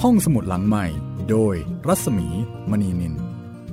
ห้องสมุดหลังใหม่โดยรัศมีมณีนิน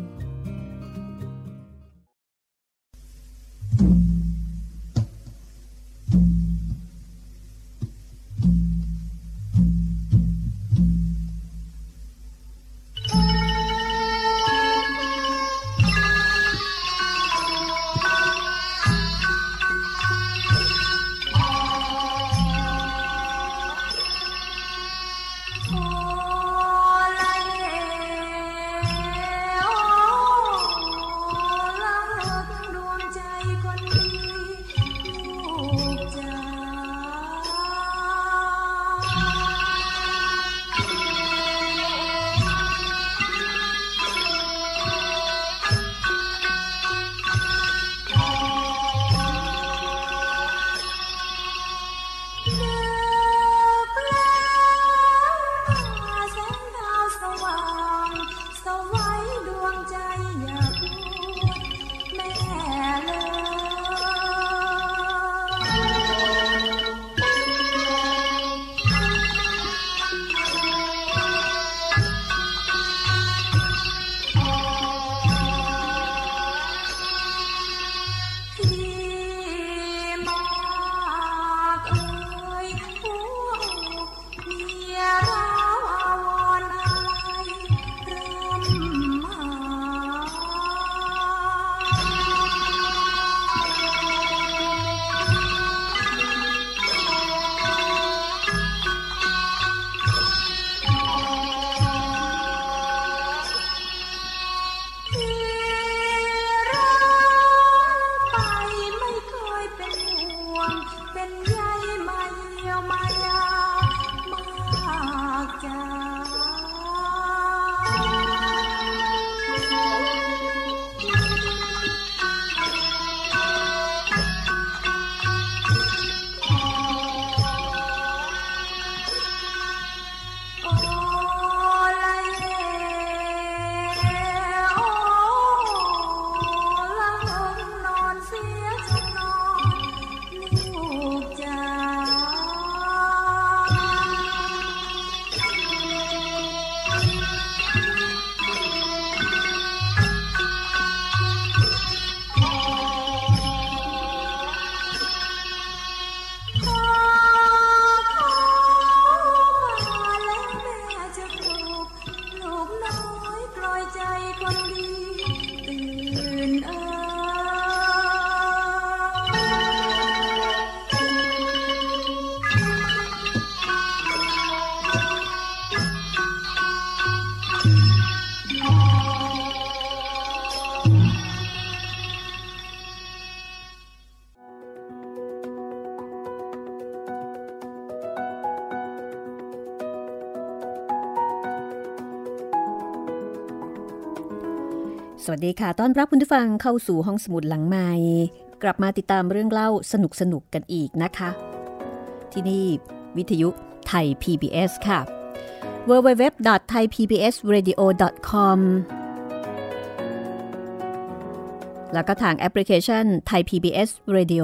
สวัสดีค่ะต้อนรับคุณผู้ฟังเข้าสู่ห้องสมุดหลังไมค์กลับมาติดตามเรื่องเล่าสนุกกันอีกนะคะที่นี่วิทยุไทย PBS ค่ะ www.thaipbsradio.com แล้วก็ทางแอปพลิเคชัน Thai PBS Radio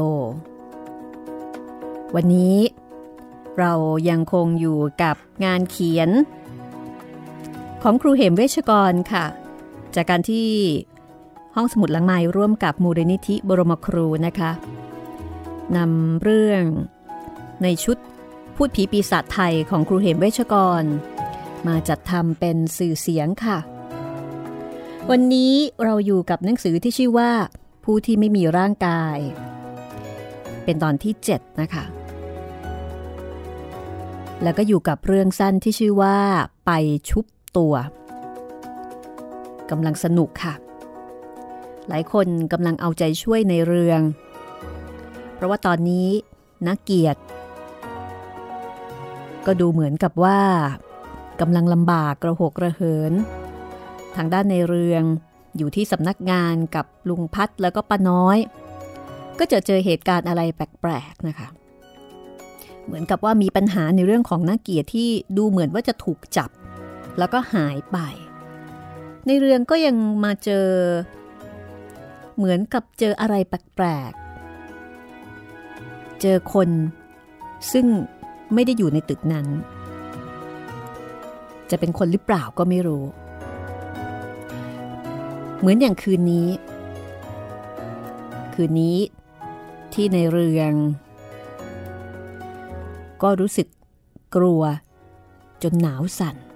วันนี้เรายังคงอยู่กับงานเขียนของครูเหมเวชกรค่ะจากการที่ห้องสมุดหลังไมค์ร่วมกับมูลนิธิบรมครูนะคะนำเรื่องในชุดพูดผีปีศาจไทยของครูเหมเวชกรมาจัดทำเป็นสื่อเสียงค่ะวันนี้เราอยู่กับหนังสือที่ชื่อว่าผู้ที่ไม่มีร่างกายเป็นตอนที่7นะคะแล้วก็อยู่กับเรื่องสั้นที่ชื่อว่าไปชุบตัวกำลังสนุกค่ะหลายคนกำลังเอาใจช่วยในเรื่องเพราะว่าตอนนี้นักเกียรติก็ดูเหมือนกับว่ากำลังลำบากกระหกกระเหินทางด้านในเรืองอยู่ที่สำนักงานกับลุงพัดแล้วก็ป้าน้อยก็เจอเหตุการณ์อะไรแปลกๆนะคะเหมือนกับว่ามีปัญหาในเรื่องของนักเกียรติที่ดูเหมือนว่าจะถูกจับแล้วก็หายไปในเรืองก็ยังมาเจอเหมือนกับเจออะไรแปลกๆเจอคนซึ่งไม่ได้อยู่ในตึกนั้นจะเป็นคนหรือเปล่าก็ไม่รู้เหมือนอย่างคืนนี้ที่ในเรืองก็รู้สึกกลัวจนหนาวสั่น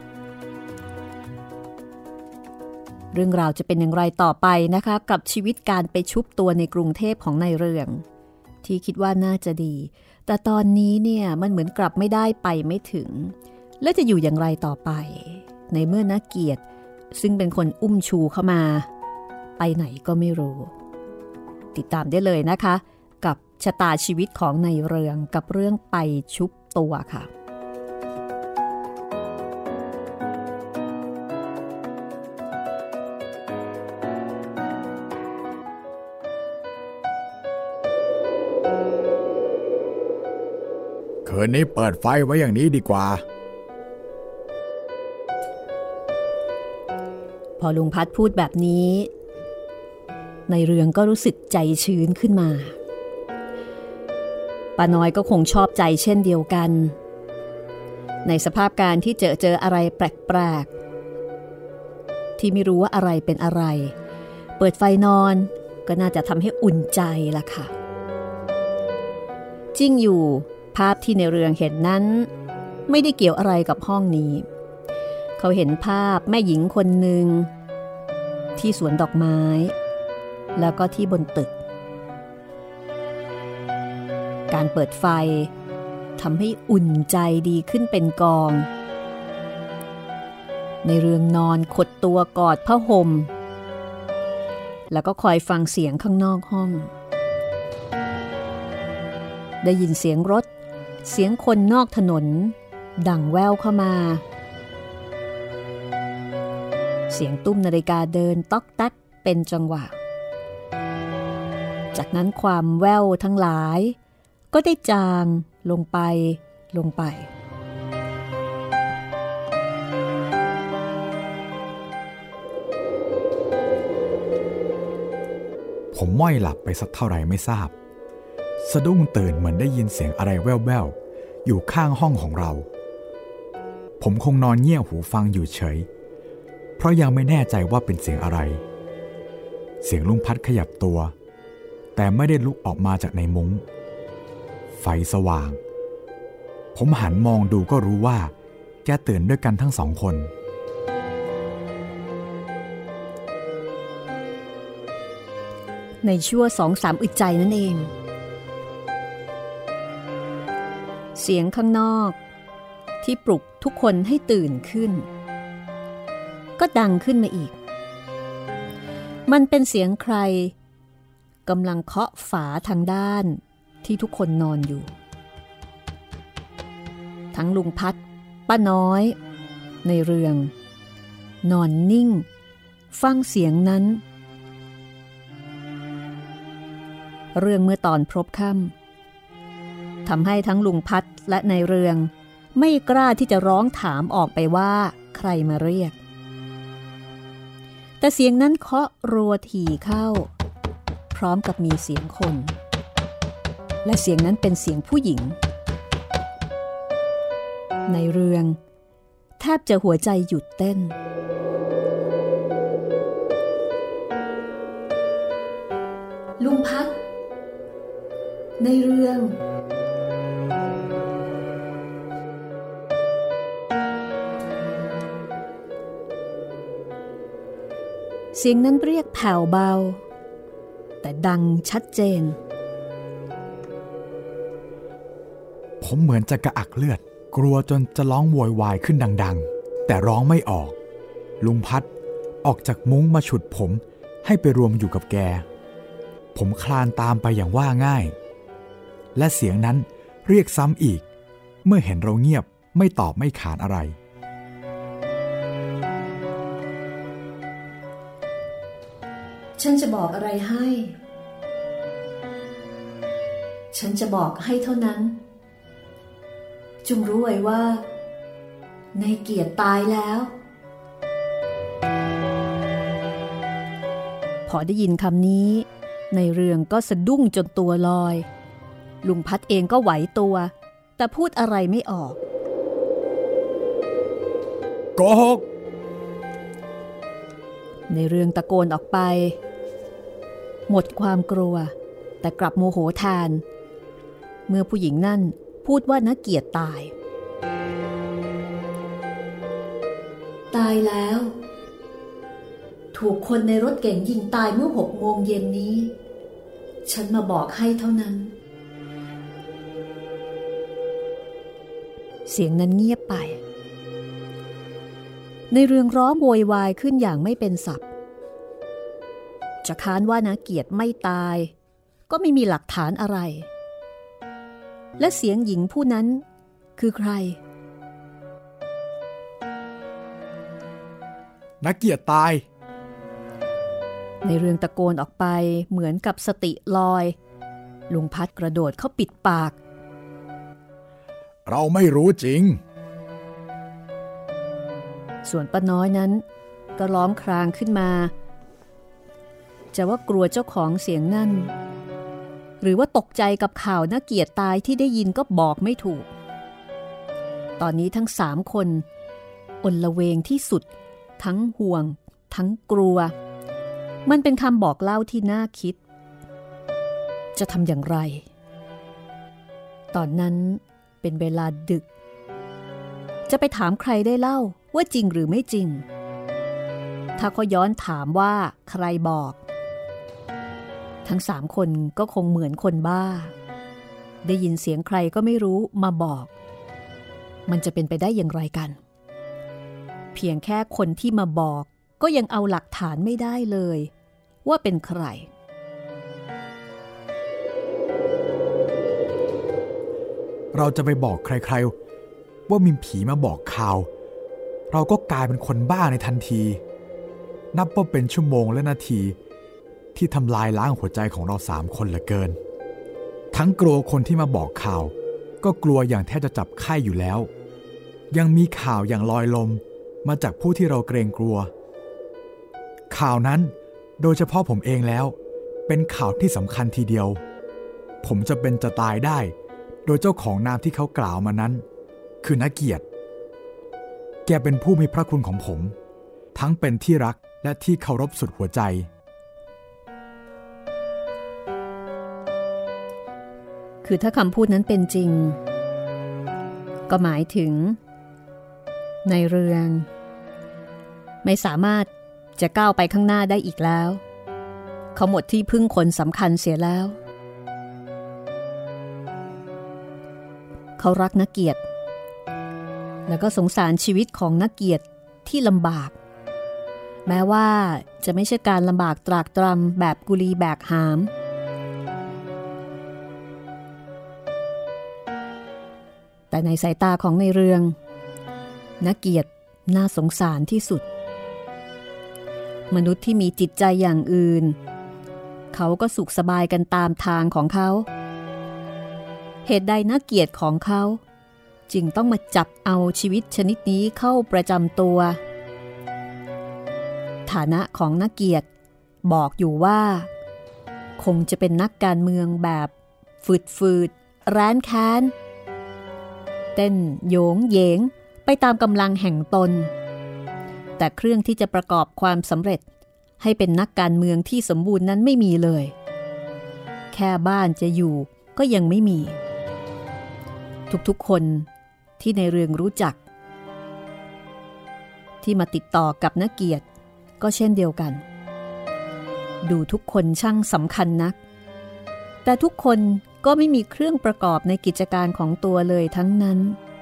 เรื่องราวจะเป็นอย่างไรต่อไปนะคะกับชีวิตการไปชุบตัวในกรุงเทพของนายเรืองที่คิดว่าน่าจะดีแต่ตอนนี้เนี่ยมันเหมือนกลับไม่ได้ไปไม่ถึงแล้วจะอยู่อย่างไรต่อไปในเมื่อนักเกียรติซึ่งเป็นคนอุ้มชูเข้ามาไปไหนก็ไม่รู้ติดตามได้เลยนะคะกับชะตาชีวิตของนายเรืองกับเรื่องไปชุบตัวค่ะคืนนี้เปิดไฟไว้อย่างนี้ดีกว่าพอลุงพัดพูดแบบนี้นายเรืองก็รู้สึกใจชื้นขึ้นมาป้าน้อยก็คงชอบใจเช่นเดียวกันในสภาพการที่เจออะไรแปลกๆที่ไม่รู้ว่าอะไรเป็นอะไรเปิดไฟนอนก็น่าจะทำให้อุ่นใจล่ะค่ะจริงอยู่ภาพที่ในเรืองเห็นนั้นไม่ได้เกี่ยวอะไรกับห้องนี้เขาเห็นภาพแม่หญิงคนหนึ่งที่สวนดอกไม้แล้วก็ที่บนตึกการเปิดไฟทำให้อุ่นใจดีขึ้นเป็นกองในเรืองนอนขดตัวกอดผ้าห่มแล้วก็คอยฟังเสียงข้างนอกห้องได้ยินเสียงรถเสียงคนนอกถนนดังแว่วเข้ามาเสียงตุ้มนาฬิกาเดินต๊อกแต๊กเป็นจังหวะจากนั้นความแว่วทั้งหลายก็ได้จางลงไปผมม้อยหลับไปสักเท่าไหร่ไม่ทราบสะดุ้งตื่นเหมือนได้ยินเสียงอะไรแว่วๆอยู่ข้างห้องของเราผมคงนอนเงี่ยหูฟังอยู่เฉยเพราะยังไม่แน่ใจว่าเป็นเสียงอะไรเสียงลุงพัดขยับตัวแต่ไม่ได้ลุกออกมาจากในมุ้งไฟสว่างผมหันมองดูก็รู้ว่าแกตื่นด้วยกันทั้งสองคนในชั่ว 2-3 อึดใจนั่นเองเสียงข้างนอกที่ปลุกทุกคนให้ตื่นขึ้นก็ดังขึ้นมาอีกมันเป็นเสียงใครกำลังเคาะฝาทางด้านที่ทุกคนนอนอยู่ทั้งลุงพัดป้าน้อยในเรืองนอนนิ่งฟังเสียงนั้นเรื่องเมื่อตอนพบค่ำทำให้ทั้งลุงพัดและในเรืองไม่กล้าที่จะร้องถามออกไปว่าใครมาเรียกแต่เสียงนั้นเคาะรัวถี่เข้าพร้อมกับมีเสียงคนและเสียงนั้นเป็นเสียงผู้หญิงในเรืองแทบจะหัวใจหยุดเต้นลุงพัดในเรืองเสียงนั้นเรียกแผ่วเบาแต่ดังชัดเจนผมเหมือนจะกระอักเลือดกลัวจนจะร้องโวยวายขึ้นดังๆแต่ร้องไม่ออกลุงพัดออกจากมุ้งมาฉุดผมให้ไปรวมอยู่กับแกผมคลานตามไปอย่างว่าง่ายและเสียงนั้นเรียกซ้ำอีกเมื่อเห็นเราเงียบไม่ตอบไม่ขานอะไรฉันจะบอกอะไรให้ฉันจะบอกให้เท่านั้นจงรู้ไว้ว่าในเกียรติตายแล้วพอได้ยินคำนี้ในเรืองก็สะดุ้งจนตัวลอยลุงพัดเองก็ไหวตัวแต่พูดอะไรไม่ออกโกหกในเรื่องตะโกนออกไปหมดความกลัวแต่กลับโมโหแทนเมื่อผู้หญิงนั่นพูดว่านักเกียรติตายแล้วถูกคนในรถเก๋งยิงตายเมื่อ6 โมงเย็นนี้ฉันมาบอกให้เท่านั้นเสียงนั้นเงียบไปในเรื่องร้องโวยวายขึ้นอย่างไม่เป็นศัพท์จะค้านว่านักเกียรติไม่ตายก็ไม่มีหลักฐานอะไรและเสียงหญิงผู้นั้นคือใครนักเกียรติตายในเรื่องตะโกนออกไปเหมือนกับสติลอยลุงพัดกระโดดเข้าปิดปากเราไม่รู้จริงส่วนป้าน้อยนั้นก็ร้องครางขึ้นมาจะว่ากลัวเจ้าของเสียงนั่นหรือว่าตกใจกับข่าวนักเกียรติตายที่ได้ยินก็บอกไม่ถูกตอนนี้ทั้ง3 คนอลเวงที่สุดทั้งห่วงทั้งกลัวมันเป็นคำบอกเล่าที่น่าคิดจะทำอย่างไรตอนนั้นเป็นเวลาดึกจะไปถามใครได้เล่าว่าจริงหรือไม่จริงถ้าเขาย้อนถามว่าใครบอกทั้ง3 คนก็คงเหมือนคนบ้าได้ยินเสียงใครก็ไม่รู้มาบอกมันจะเป็นไปได้อย่างไรกันเพียงแค่คนที่มาบอกก็ยังเอาหลักฐานไม่ได้เลยว่าเป็นใครเราจะไปบอกใครๆว่ามีผีมาบอกข่าวเราก็กลายเป็นคนบ้าในทันทีนับว่าเป็นชั่วโมงและนาทีที่ทำลายล้างหัวใจของเรา3 คนเหลือเกินทั้งกลัวคนที่มาบอกข่าวก็กลัวอย่างแทบจะจับไข้อยู่แล้วยังมีข่าวอย่างลอยลมมาจากผู้ที่เราเกรงกลัวข่าวนั้นโดยเฉพาะผมเองแล้วเป็นข่าวที่สำคัญทีเดียวผมจะเป็นจะตายได้โดยเจ้าของนามที่เขากล่าวมานั้นคือนักเกียรติแกเป็นผู้มีพระคุณของผมทั้งเป็นที่รักและที่เคารพสุดหัวใจคือถ้าคำพูดนั้นเป็นจริงก็หมายถึงในเรืองไม่สามารถจะก้าวไปข้างหน้าได้อีกแล้วเขาหมดที่พึ่งคนสำคัญเสียแล้วเขารักนักเกียรติแล้วก็สงสารชีวิตของนักเกียรติที่ลำบากแม้ว่าจะไม่ใช่การลำบากตรากตรำแบบกุลีแบกหามแต่ในสายตาของในเรืองนักเกียรติน่าสงสารที่สุดมนุษย์ที่มีจิตใจอย่างอื่นเขาก็สุขสบายกันตามทางของเขาเหตุใดนักเกียรติของเขาจึงต้องมาจับเอาชีวิตชนิดนี้เข้าประจำตัวฐานะของนักเกียรติบอกอยู่ว่าคงจะเป็นนักการเมืองแบบฝืดๆแร้นแค้นเต้นโยงเหยงไปตามกำลังแห่งตนแต่เครื่องที่จะประกอบความสำเร็จให้เป็นนักการเมืองที่สมบูรณ์นั้นไม่มีเลยแค่บ้านจะอยู่ก็ยังไม่มีทุกๆคนที่ในเรืองรู้จักที่มาติดต่อกับนักเกียรติก็เช่นเดียวกันดูทุกคนช่างสำคัญนักแต่ทุกคนก็ไม่มีเครื่องประกอบในกิจการของตัวเลยทั้งนั้น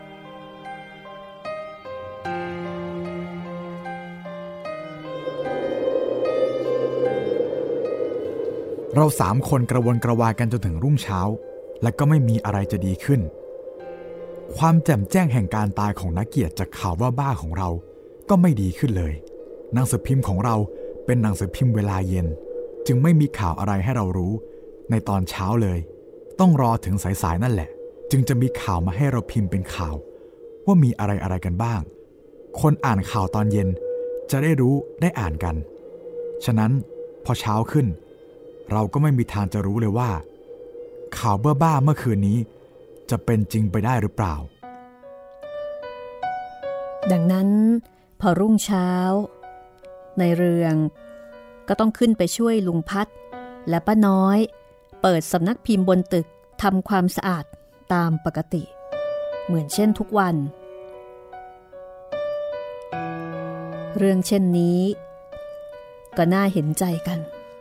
เรา3 คนกระวนกระวายกันจนถึงรุ่งเช้าและก็ไม่มีอะไรจะดีขึ้นความแจ่มแจ้งแห่งการตายของนักเกียรติจากข่าวว่าบ้าของเราก็ไม่ดีขึ้นเลยหนังสือพิมพ์ของเราเป็นหนังสือพิมพ์เวลาเย็นจึงไม่มีข่าวอะไรให้เรารู้ในตอนเช้าเลยต้องรอถึงสายๆนั่นแหละจึงจะมีข่าวมาให้เราพิมพ์เป็นข่าวว่ามีอะไรกันบ้างคนอ่านข่าวตอนเย็นจะได้รู้ได้อ่านกันฉะนั้นพอเช้าขึ้นเราก็ไม่มีทางจะรู้เลยว่าข่าวบ้าๆเมื่อคืนนี้จะเป็นจริงไปได้หรือเปล่าดังนั้นพอรุ่งเช้าในเรืองก็ต้องขึ้นไปช่วยลุงพัดและป้าน้อยเปิดสำนักพิมพ์บนตึกทำความสะอาดตามปกติเหมือนเช่นทุกวันเรื่องเช่นนี้ก็น่าเห็นใจกัน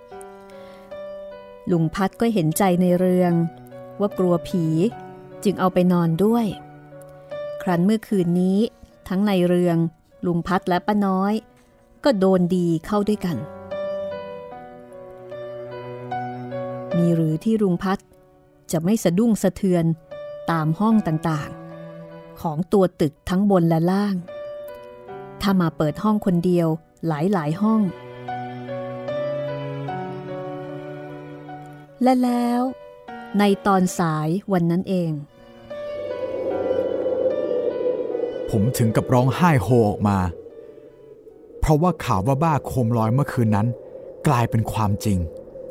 ลุงพัดก็เห็นใจในเรืองว่ากลัวผีจึงเอาไปนอนด้วยครั้นเมื่อคืนนี้ทั้งในเรืองลุงพัดและป้าน้อยก็โดนดีเข้าด้วยกันมีหรือที่ลุงพัดจะไม่สะดุ้งสะเทือนตามห้องต่างๆของตัวตึกทั้งบนและล่างถ้ามาเปิดห้องคนเดียวหลายๆห้องและแล้วในตอนสายวันนั้นเองผมถึงกับร้องไห้โฮออกมาเพราะว่าข่าวบ้าๆโคมลอยเมื่อคืนนั้นกลายเป็นความจริง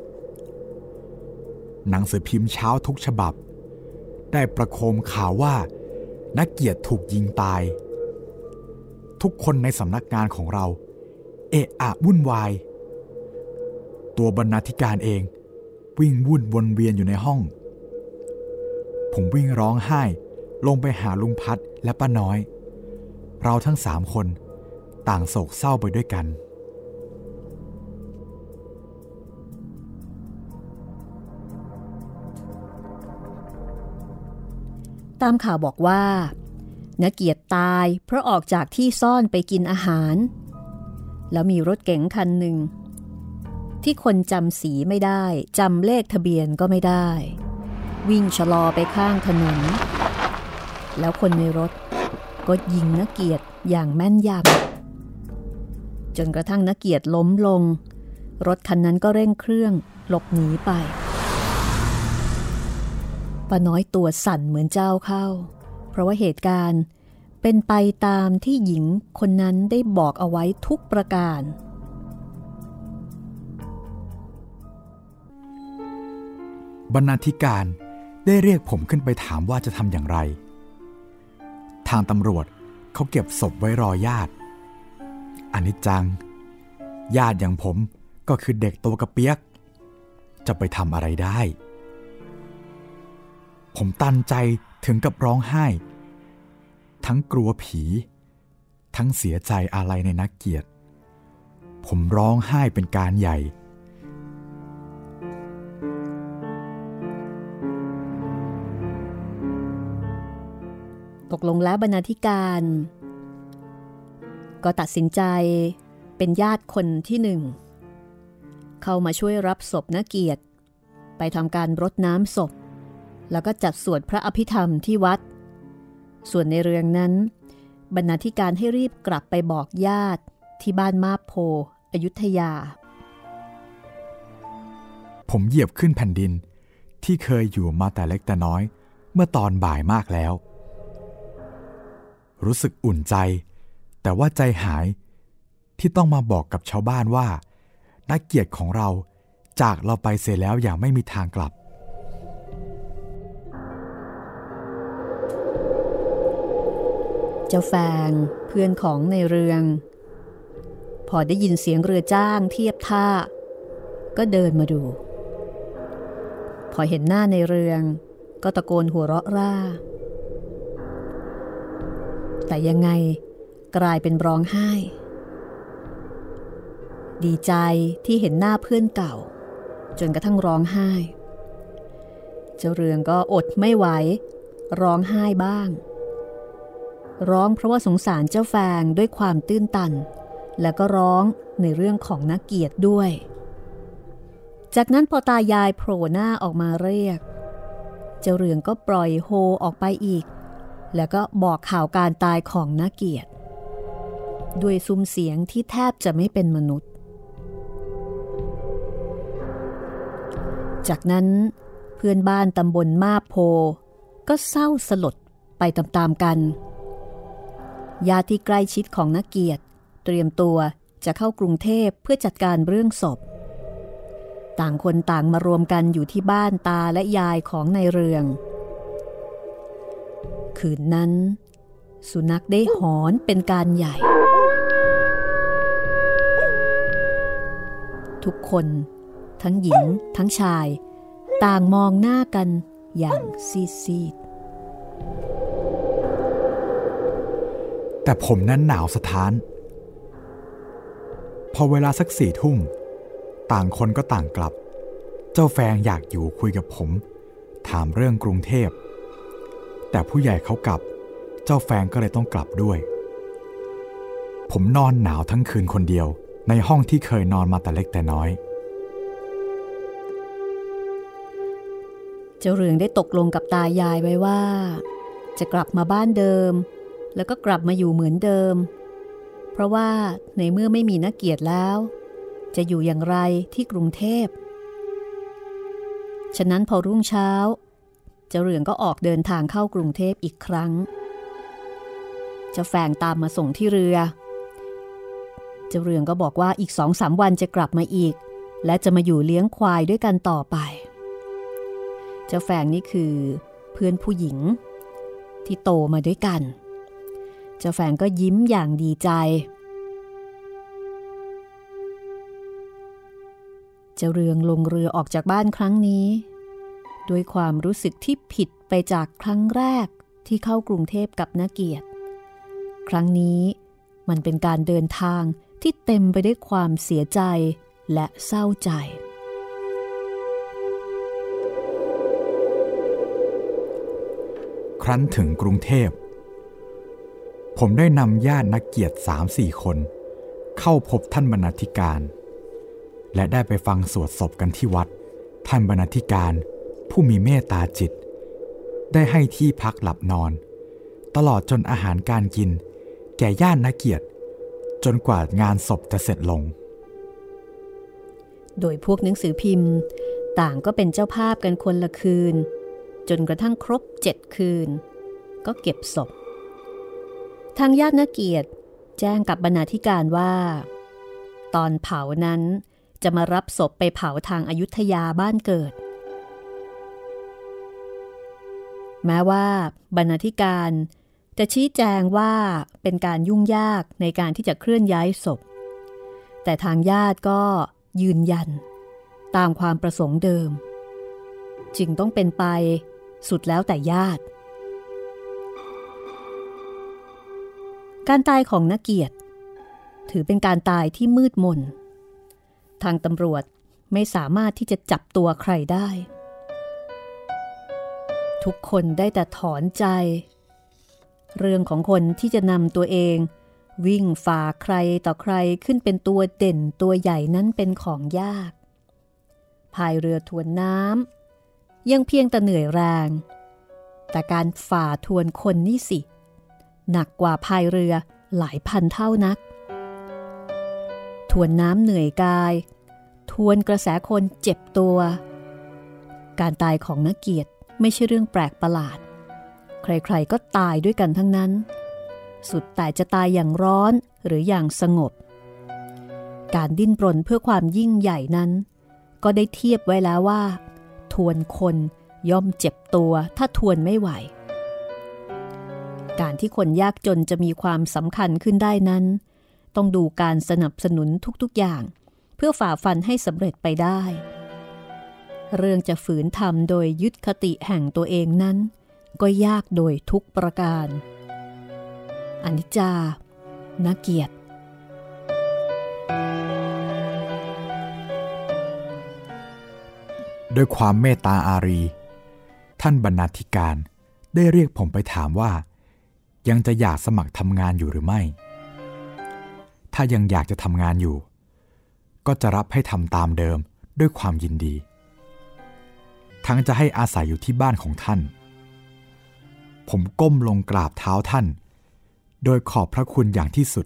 หนังสือพิมพ์เช้าทุกฉบับได้ประโคมข่าวว่านักเกียรติถูกยิงตายทุกคนในสำนักงานของเราเอะอะวุ่นวายตัวบรรณาธิการเองวิ่งวุ่นวนเวียนอยู่ในห้องผมวิ่งร้องไห้ลงไปหาลุงพัดและป้าน้อยเราทั้ง3 คนต่างโศกเศร้าไปด้วยกันตามข่าวบอกว่านักเกียรติตายเพราะออกจากที่ซ่อนไปกินอาหารแล้วมีรถเก๋งคันหนึ่งที่คนจำสีไม่ได้จำเลขทะเบียนก็ไม่ได้วิ่งชะลอไปข้างถนนแล้วคนในรถก็ยิงนักเกียรติอย่างแม่นยำจนกระทั่งนักเกียรติล้มลงรถคันนั้นก็เร่งเครื่องหลบหนีไปป้าน้อยตัวสั่นเหมือนเจ้าเข้าเพราะว่าเหตุการณ์เป็นไปตามที่หญิงคนนั้นได้บอกเอาไว้ทุกประการบรรณาธิการได้เรียกผมขึ้นไปถามว่าจะทำอย่างไรทางตำรวจเขาเก็บศพไว้รอญาติอนิจจังญาติอย่างผมก็คือเด็กตัวกระเปียกจะไปทำอะไรได้ผมตันใจถึงกับร้องไห้ทั้งกลัวผีทั้งเสียใจอาลัยในนักเกียรติผมร้องไห้เป็นการใหญ่ตกลงแล้วบรรณาธิการก็ตัดสินใจเป็นญาติคนที่หนึ่งเข้ามาช่วยรับศพนักเกียรติไปทำการรดน้ำศพแล้วก็จัดสวดพระอภิธรรมที่วัดส่วนในเรืองนั้นบรรณาธิการให้รีบกลับไปบอกญาติที่บ้านมาบโพอยุธยาผมเหยียบขึ้นแผ่นดินที่เคยอยู่มาแต่เล็กแต่น้อยเมื่อตอนบ่ายมากแล้วรู้สึกอุ่นใจแต่ว่าใจหายที่ต้องมาบอกกับชาวบ้านว่านักเกียรติของเราจากเราไปเสียแล้วอย่างไม่มีทางกลับเจ้าแฟงเพื่อนของในเรืองพอได้ยินเสียงเรือจ้างเทียบท่าก็เดินมาดูพอเห็นหน้าในเรืองก็ตะโกนหัวเราะร่าแต่ยังไงกลายเป็นร้องไห้ดีใจที่เห็นหน้าเพื่อนเก่าจนกระทั่งร้องไห้เจ้าเรืองก็อดไม่ไหวร้องไห้บ้างร้องเพราะว่าสงสารเจ้าแฟงด้วยความตื้นตันแล้วก็ร้องในเรื่องของนักเกียรติด้วยจากนั้นพอตายายโผล่หน้าออกมาเรียกเจ้าเรืองก็ปล่อยโฮออกไปอีกแล้วก็บอกข่าวการตายของนักเกียรติด้วยซุ้มเสียงที่แทบจะไม่เป็นมนุษย์จากนั้นเพื่อนบ้านตำบลมาบโพก็เศร้าสลดไปตามๆกันญาติที่ใกล้ชิดของนักเกียรติเตรียมตัวจะเข้ากรุงเทพเพื่อจัดการเรื่องศพต่างคนต่างมารวมกันอยู่ที่บ้านตาและยายของนายเรืองคืนนั้นสุนัขได้หอนเป็นการใหญ่ทุกคนทั้งหญิงทั้งชายต่างมองหน้ากันอย่างซีดๆแต่ผมนั้นหนาวสะท้านพอเวลาสัก4 ทุ่มต่างคนก็ต่างกลับเจ้าแฟงอยากอยู่คุยกับผมถามเรื่องกรุงเทพแต่ผู้ใหญ่เขากลับเจ้าแฟงก็เลยต้องกลับด้วยผมนอนหนาวทั้งคืนคนเดียวในห้องที่เคยนอนมาแต่เล็กแต่น้อยเจ้าเรืองได้ตกลงกับตายายไว้ว่าจะกลับมาบ้านเดิมแล้วก็กลับมาอยู่เหมือนเดิมเพราะว่าในเมื่อไม่มีนักเกียรติแล้วจะอยู่อย่างไรที่กรุงเทพฉะนั้นพอรุ่งเช้าเจ้าเรืองก็ออกเดินทางเข้ากรุงเทพอีกครั้งเจ้าแฟงตามมาส่งที่เรือเจ้าเรืองก็บอกว่าอีก 2-3 วันจะกลับมาอีกและจะมาอยู่เลี้ยงควายด้วยกันต่อไปเจ้าแฟงนี่คือเพื่อนผู้หญิงที่โตมาด้วยกันเจ้าแฟงก็ยิ้มอย่างดีใจเจ้าเรืองลงเรือออกจากบ้านครั้งนี้ด้วยความรู้สึกที่ผิดไปจากครั้งแรกที่เข้ากรุงเทพกับณเกียรติครั้งนี้มันเป็นการเดินทางที่เต็มไปด้วยความเสียใจและเศร้าใจครั้นถึงกรุงเทพผมได้นำญาตินักเกียรติ 3-4 คนเข้าพบท่านบรรณาธิการและได้ไปฟังสวดศพกันที่วัดท่านบรรณาธิการผู้มีเมตตาจิตได้ให้ที่พักหลับนอนตลอดจนอาหารการกินแก่ญาตินักเกียรติจนกว่างานศพจะเสร็จลงโดยพวกหนังสือพิมพ์ต่างก็เป็นเจ้าภาพกันคนละคืนจนกระทั่งครบ7 คืนก็เก็บศพทางญาตินักเกียรติแจ้งกับบรรณาธิการว่าตอนเผานั้นจะมารับศพไปเผาทางอยุธยาบ้านเกิดแม้ว่าบรรณาธิการจะชี้แจงว่าเป็นการยุ่งยากในการที่จะเคลื่อนย้ายศพแต่ทางญาติก็ยืนยันตามความประสงค์เดิมจึงต้องเป็นไปสุดแล้วแต่ญาติการตายของนักเกียรติถือเป็นการตายที่มืดมนทางตำรวจไม่สามารถที่จะจับตัวใครได้ทุกคนได้แต่ถอนใจเรื่องของคนที่จะนำตัวเองวิ่งฝ่าใครต่อใครขึ้นเป็นตัวเด่นตัวใหญ่นั้นเป็นของยากพายเรือทวนน้ำยังเพียงแต่เหนื่อยแรงแต่การฝ่าทวนคนนี่สิหนักกว่าพายเรือหลายพันเท่านักทวนน้ำเหนื่อยกายทวนกระแสคนเจ็บตัวการตายของนักเกียรติไม่ใช่เรื่องแปลกประหลาดใครๆก็ตายด้วยกันทั้งนั้นสุดแต่จะตายอย่างร้อนหรืออย่างสงบการดิ้นรนเพื่อความยิ่งใหญ่นั้นก็ได้เทียบไว้แล้วว่าทวนคนย่อมเจ็บตัวถ้าทวนไม่ไหวการที่คนยากจนจะมีความสำคัญขึ้นได้นั้นต้องดูการสนับสนุนทุกๆอย่างเพื่อฝ่าฟันให้สำเร็จไปได้เรื่องจะฝืนทำโดยยึดคติแห่งตัวเองนั้นก็ยากโดยทุกประการอนิจจานักเกียรติด้วยความเมตตาอารีท่านบรรณาธิการได้เรียกผมไปถามว่ายังจะอยากสมัครทำงานอยู่หรือไม่ถ้ายังอยากจะทำงานอยู่ก็จะรับให้ทำตามเดิมด้วยความยินดีทั้งจะให้อาศัยอยู่ที่บ้านของท่านผมก้มลงกราบเท้าท่านโดยขอบพระคุณอย่างที่สุด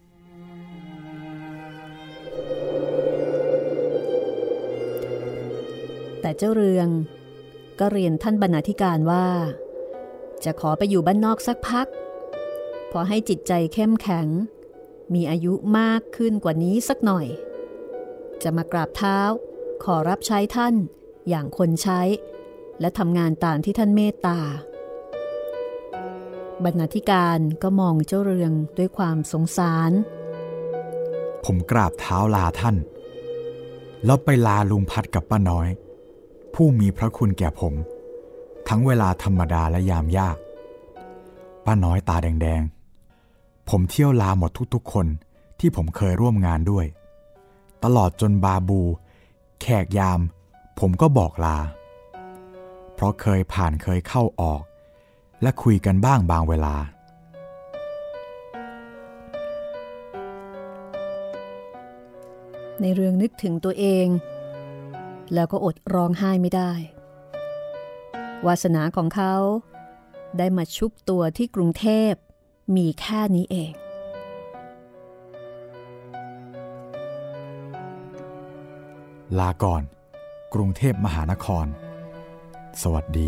แต่เจ้าเรืองก็เรียนท่านบรรณาธิการว่าจะขอไปอยู่บ้านนอกสักพักพอให้จิตใจเข้มแข็งมีอายุมากขึ้นกว่านี้สักหน่อยจะมากราบเท้าขอรับใช้ท่านอย่างคนใช้และทำงานตามที่ท่านเมตตาบรรณาธิการก็มองเจ้าเรืองด้วยความสงสารผมกราบเท้าลาท่านแล้วไปลาลุงพัดกับป้าน้อยผู้มีพระคุณแก่ผมทั้งเวลาธรรมดาและยามยากป้าน้อยตาแดงๆผมเที่ยวลาหมดทุกๆคนที่ผมเคยร่วมงานด้วยตลอดจนบาบูแขกยามผมก็บอกลาเพราะเคยผ่านเคยเข้าออกและคุยกันบ้างบางเวลาในเรื่องนึกถึงตัวเองแล้วก็อดร้องไห้ไม่ได้วาสนาของเขาได้มาชุบตัวที่กรุงเทพมีแค่นี้เองลาก่อนกรุงเทพมหานครสวัสดี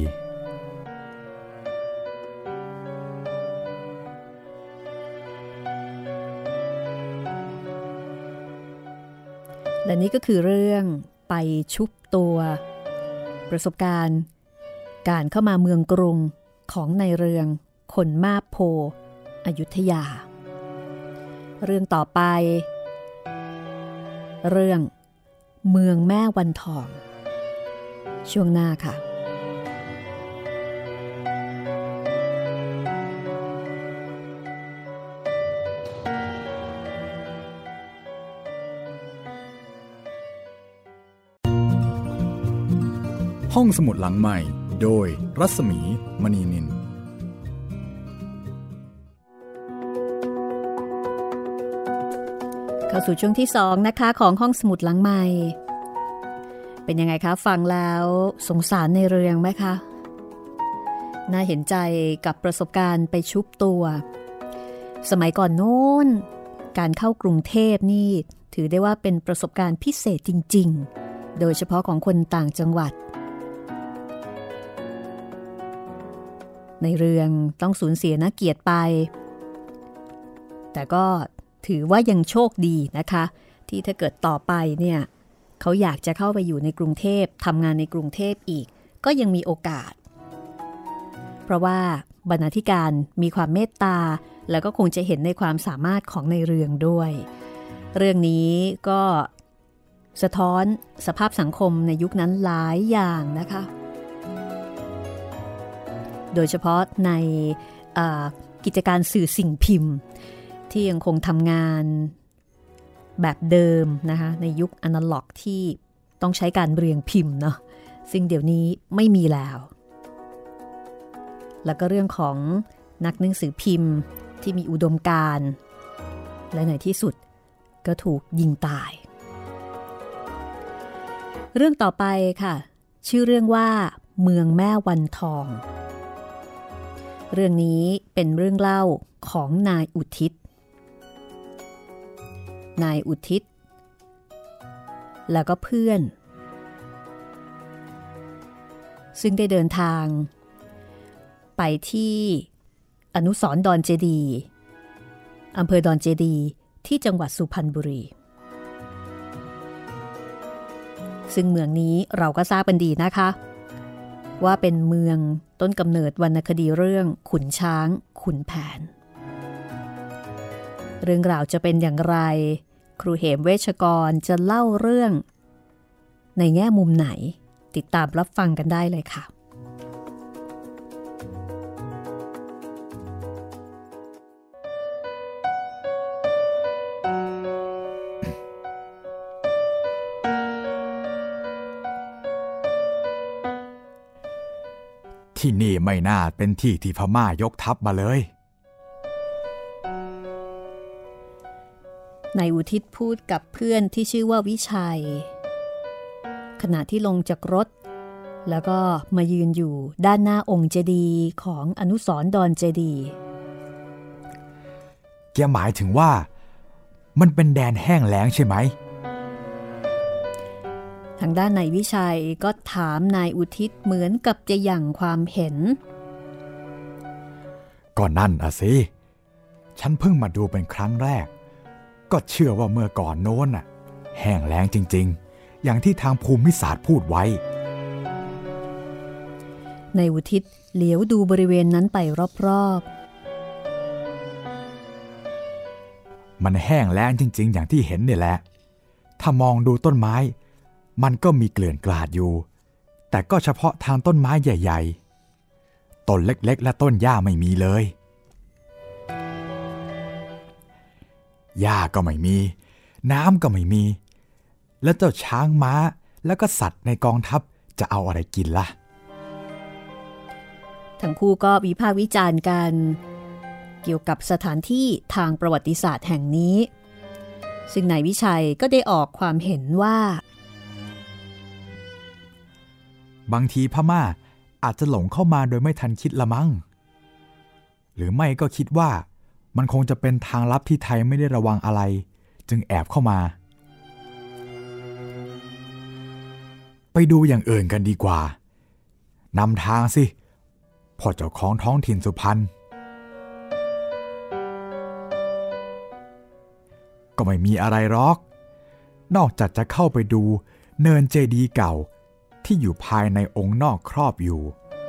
และนี่ก็คือเรื่องไปชุบตัวประสบการณ์การเข้ามาเมืองกรุงของนายเรืองคนมาบโพอยุธยาเรื่องต่อไปเรื่องเมืองแม่วันทองช่วงหน้าค่ะห้องสมุดหลังใหม่โดยรัศมีมณีนินเข้าสู่ช่วงที่2นะคะของห้องสมุดหลังใหม่เป็นยังไงคะฟังแล้วสงสารในเรืองไหมคะน่าเห็นใจกับประสบการณ์ไปชุบตัวสมัยก่อนโน้นการเข้ากรุงเทพนี่ถือได้ว่าเป็นประสบการณ์พิเศษจริงๆโดยเฉพาะของคนต่างจังหวัดในเรืองต้องสูญเสียนักเกียรติไปแต่ก็ถือว่ายังโชคดีนะคะที่ถ้าเกิดต่อไปเนี่ยเขาอยากจะเข้าไปอยู่ในกรุงเทพทำงานในกรุงเทพอีกก็ยังมีโอกาสเพราะว่าบรรณาธิการมีความเมตตาแล้วก็คงจะเห็นในความสามารถของในเรืองด้วยเรื่องนี้ก็สะท้อนสภาพสังคมในยุคนั้นหลายอย่างนะคะโดยเฉพาะในกิจการสื่อสิ่งพิมพ์ที่ยังคงทำงานแบบเดิมนะคะในยุคอนาล็อกที่ต้องใช้การเรียงพิมพ์เนาะซึ่งเดี๋ยวนี้ไม่มีแล้วแล้วก็เรื่องของนักหนังสือพิมพ์ที่มีอุดมการณ์และในที่สุดก็ถูกยิงตายเรื่องต่อไปค่ะชื่อเรื่องว่าเมืองแม่วันทองเรื่องนี้เป็นเรื่องเล่าของนายอุทิศแล้วก็เพื่อนซึ่งได้เดินทางไปที่อนุสรณ์ดอนเจดีย์อำเภอดอนเจดีย์ที่จังหวัดสุพรรณบุรีซึ่งเมืองนี้เราก็ทราบกันดีนะคะว่าเป็นเมืองต้นกำเนิดวรรณคดีเรื่องขุนช้างขุนแผนเรื่องราวจะเป็นอย่างไรครูเหมเวชกรจะเล่าเรื่องในแง่มุมไหนติดตามรับฟังกันได้เลยค่ะที่นี่ไม่น่าเป็นที่ที่พม่ายกทัพมาเลยนายอุทิศพูดกับเพื่อนที่ชื่อว่าวิชัยขณะที่ลงจากรถแล้วก็มายืนอยู่ด้านหน้าองค์เจดีย์ของอนุสรณ์ดอนเจดีย์แกหมายถึงว่ามันเป็นแดนแห้งแล้งใช่ไหมทางด้านนายวิชัยก็ถามนายอุทิศเหมือนกับจะหยั่งความเห็นก็นั่นอ่ะสิฉันเพิ่งมาดูเป็นครั้งแรกก็เชื่อว่าเมื่อก่อนโน้นน่ะแห้งแล้งจริงๆอย่างที่ทางภูมิศาสตร์พูดไว้นายอุทิศเหลียวดูบริเวณนั้นไปรอบๆมันแห้งแล้งจริงๆอย่างที่เห็นนี่แหละถ้ามองดูต้นไม้มันก็มีเกลื่อนกลาดอยู่แต่ก็เฉพาะทางต้นไม้ใหญ่ๆต้นเล็กๆและต้นหญ้าไม่มีเลยหญ้าก็ไม่มีน้ำก็ไม่มีแล้วเจ้าช้างม้าแล้วก็สัตว์ในกองทัพจะเอาอะไรกินล่ะทั้งคู่ก็วิพากษ์วิจารณ์กันเกี่ยวกับสถานที่ทางประวัติศาสตร์แห่งนี้ซึ่งนายวิชัยก็ได้ออกความเห็นว่าบางทีพม่าอาจจะหลงเข้ามาโดยไม่ทันคิดละมั้งหรือไม่ก็คิดว่ามันคงจะเป็นทางลับที่ไทยไม่ได้ระวังอะไรจึงแอบเข้าม ไปดูอย่างอื่นกันดีกว่านำทางสิพ่อเจ้าของท้องถิ่นสุพรรณก็ไม่มีอะไรหรอกนอกจากจะเข้าไปดูเนินเจดีย์เก่าที่อยู่ภายในองค์นอกครอบอยู่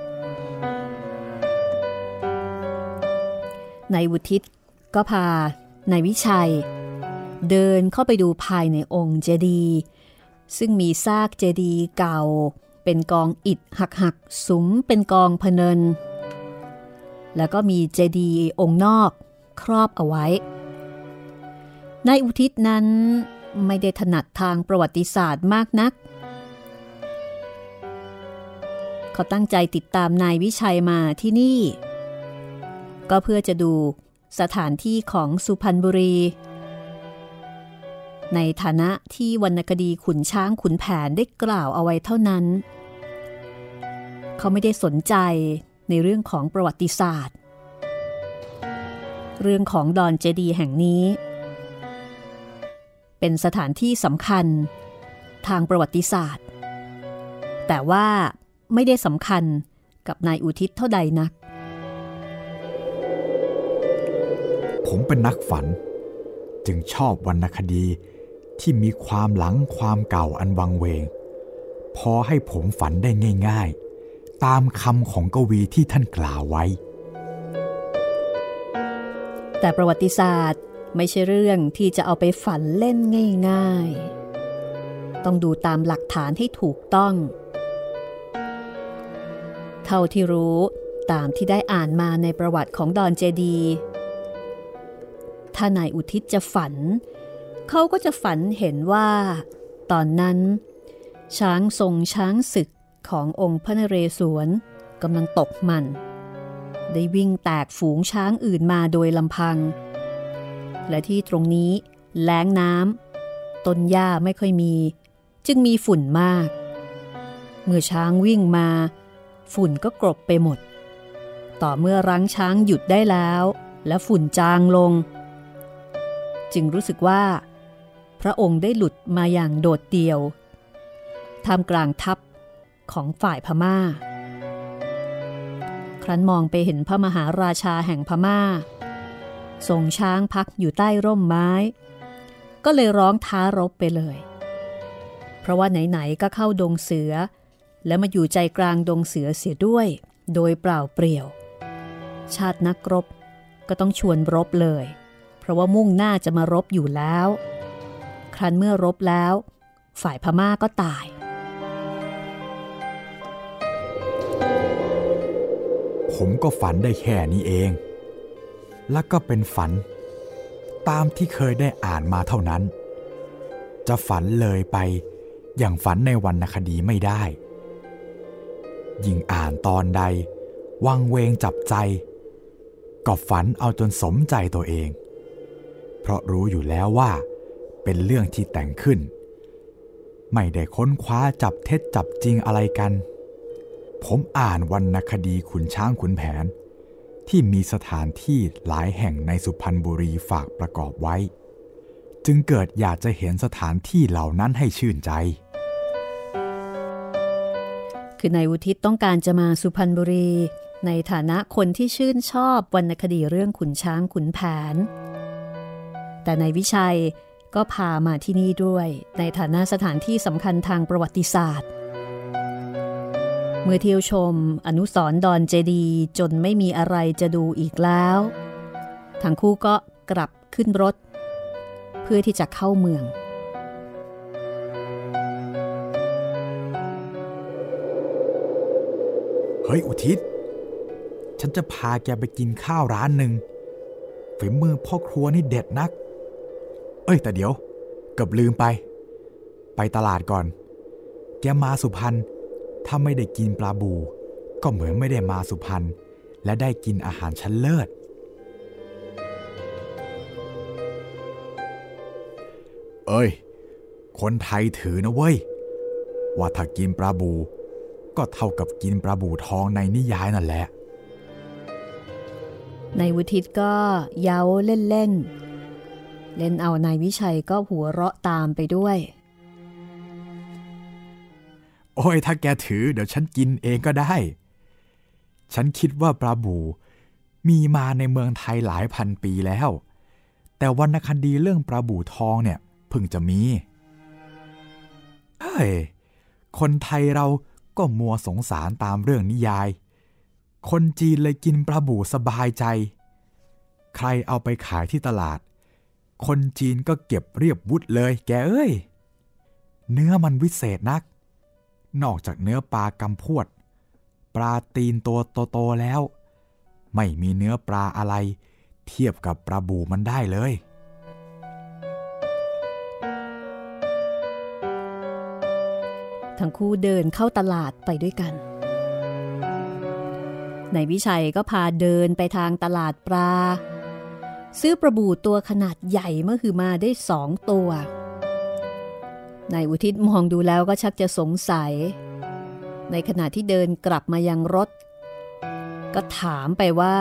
นายวุฒิก็พานายวิชัยเดินเข้าไปดูภายในองค์เจดีย์ซึ่งมีซากเจดีย์เก่าเป็นกองอิฐหักๆสุมเป็นกองพเนินแล้วก็มีเจดีย์องค์นอกครอบเอาไว้นายอุทิศนั้นไม่ได้ถนัดทางประวัติศาสตร์มากนักเขาตั้งใจติดตามนายวิชัยมาที่นี่ก็เพื่อจะดูสถานที่ของสุพรรณบุรีในฐานะที่วรรณคดีขุนช้างขุนแผนได้กล่าวเอาไว้เท่านั้นเขาไม่ได้สนใจในเรื่องของประวัติศาสตร์เรื่องของดอนเจดีย์แห่งนี้เป็นสถานที่สำคัญทางประวัติศาสตร์แต่ว่าไม่ได้สำคัญกับนายอุทิศเท่าใดนักผมเป็นนักฝันจึงชอบวรรณคดีที่มีความหลังความเก่าอันวังเวงพอให้ผมฝันได้ง่ายๆตามคำของกวีที่ท่านกล่าวไว้แต่ประวัติศาสตร์ไม่ใช่เรื่องที่จะเอาไปฝันเล่นง่ายๆต้องดูตามหลักฐานให้ถูกต้องเท่าที่รู้ตามที่ได้อ่านมาในประวัติของดอนเจดีย์ถ้านายอุทิศจะฝันเขาก็จะฝันเห็นว่าตอนนั้นช้างทรงช้างศึกขององค์พระนเรศวรกำลังตกมันได้วิ่งแตกฝูงช้างอื่นมาโดยลำพังและที่ตรงนี้แล้งน้ำต้นหญ้าไม่ค่อยมีจึงมีฝุ่นมากเมื่อช้างวิ่งมาฝุ่นก็กลบไปหมดต่อเมื่อรั้งช้างหยุดได้แล้วและฝุ่นจางลงจึงรู้สึกว่าพระองค์ได้หลุดมาอย่างโดดเดี่ยวท่ามกลางทัพของฝ่ายพม่าครั้นมองไปเห็นพระมหาราชาแห่งพม่าทรงช้างพักอยู่ใต้ร่มไม้ก็เลยร้องท้ารบไปเลยเพราะว่าไหนๆก็เข้าดงเสือและมาอยู่ใจกลางดงเสือเสียด้วยโดยเปล่าเปลี่ยวชาตินักรบก็ต้องชวนรบเลยเพราะว่ามุ่งหน้าจะมารบอยู่แล้วครั้นเมื่อรบแล้วฝ่ายพม่าก็ตายผมก็ฝันได้แค่นี้เองแล้วก็เป็นฝันตามที่เคยได้อ่านมาเท่านั้นจะฝันเลยไปอย่างฝันในวรรณคดีไม่ได้ยิ่งอ่านตอนใดวังเวงจับใจก็ฝันเอาจนสมใจตัวเองเพราะรู้อยู่แล้วว่าเป็นเรื่องที่แต่งขึ้นไม่ได้ค้นคว้าจับเท็จจับจริงอะไรกันผมอ่านวรรณคดีขุนช้างขุนแผนที่มีสถานที่หลายแห่งในสุพรรณบุรีฝากประกอบไว้จึงเกิดอยากจะเห็นสถานที่เหล่านั้นให้ชื่นใจคือนายอุทิศต้องการจะมาสุพรรณบุรีในฐานะคนที่ชื่นชอบวรรณคดีเรื่องขุนช้างขุนแผนแต่นายวิชัยก็พามาที่นี่ด้วยในฐานะสถานที่สำคัญทางประวัติศาสตร์เมื่อเที่ยวชมอนุสรณ์ดอนเจดีย์จนไม่มีอะไรจะดูอีกแล้วทั้งคู่ก็กลับขึ้นรถเพื่อที่จะเข้าเมืองเฮ้ยอุทิศฉันจะพาแกไปกินข้าวร้านหนึ่งฝีมือพ่อครัวนี่เด็ดนักแต่เดี๋ยวเกือบลืมไปตลาดก่อนแกมาสุพรรณถ้าไม่ได้กินปลาบูก็เหมือนไม่ได้มาสุพรรณและได้กินอาหารชั้นเลิศคนไทยถือนะเว้ยว่าถ้ากินปลาบูก็เท่ากับกินปลาบูทองในนิยายนั่นแหละนายวุฒิก็เย้าเล่นเอานายวิชัยก็หัวเราะตามไปด้วยถ้าแกถือเดี๋ยวฉันกินเองก็ได้ฉันคิดว่าปลาบูมีมาในเมืองไทยหลายพันปีแล้วแต่วรรณคดีเรื่องปลาบูทองเนี่ยเพิ่งจะมีคนไทยเราก็มัวสงสารตามเรื่องนิยายคนจีนเลยกินปลาบูสบายใจใครเอาไปขายที่ตลาดคนจีนก็เก็บเรียบวุฒเลยแกเนื้อมันวิเศษนักนอกจากเนื้อปลากำพวดปลาตีนตัวโตๆแล้วไม่มีเนื้อปลาอะไรเทียบกับปลาบูมันได้เลยทั้งคู่เดินเข้าตลาดไปด้วยกันนายวิชัยก็พาเดินไปทางตลาดปลาซื้อปลาบูตัวขนาดใหญ่มหึมาได้2 ตัวนายอุทิศมองดูแล้วก็ชักจะสงสัยในขณะที่เดินกลับมายังรถก็ถามไปว่า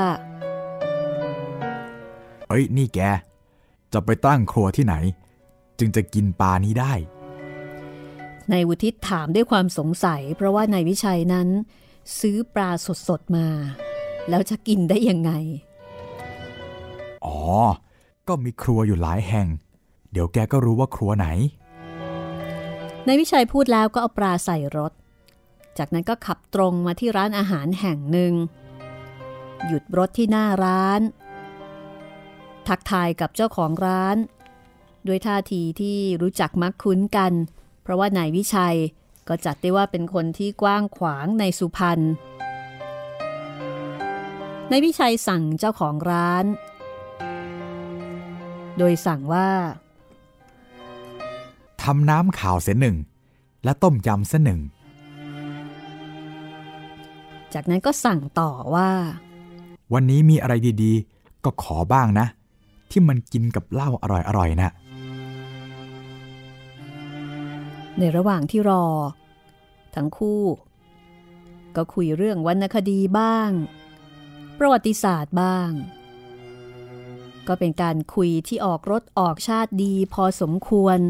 นี่แกจะไปตั้งครัวที่ไหนจึงจะกินปลานี้ได้นายอุทิศถามด้วยความสงสัยเพราะว่านายวิชัยนั้นซื้อปลาสดๆมาแล้วจะกินได้ยังไงก็มีครัวอยู่หลายแห่งเดี๋ยวแกก็รู้ว่าครัวไหนนายวิชัยพูดแล้วก็เอาปลาใส่รถจากนั้นก็ขับตรงมาที่ร้านอาหารแห่งหนึ่งหยุดรถที่หน้าร้านทักทายกับเจ้าของร้านด้วยท่าทีที่รู้จักมักคุ้นกันเพราะว่านายวิชัยก็จัดได้ว่าเป็นคนที่กว้างขวางในสุพรรณนายวิชัยสั่งเจ้าของร้านโดยสั่งว่าทำน้ำขาวเส้นหนึ่งและต้มยำเส้นหนึ่งจากนั้นก็สั่งต่อว่าวันนี้มีอะไรดีๆก็ขอบ้างนะที่มันกินกับเหล้าอร่อยๆนะในระหว่างที่รอทั้งคู่ก็คุยเรื่องวรรณคดีบ้างประวัติศาสตร์บ้างก็เป็นการคุยที่ออกรสออกชาติดีพอสมควร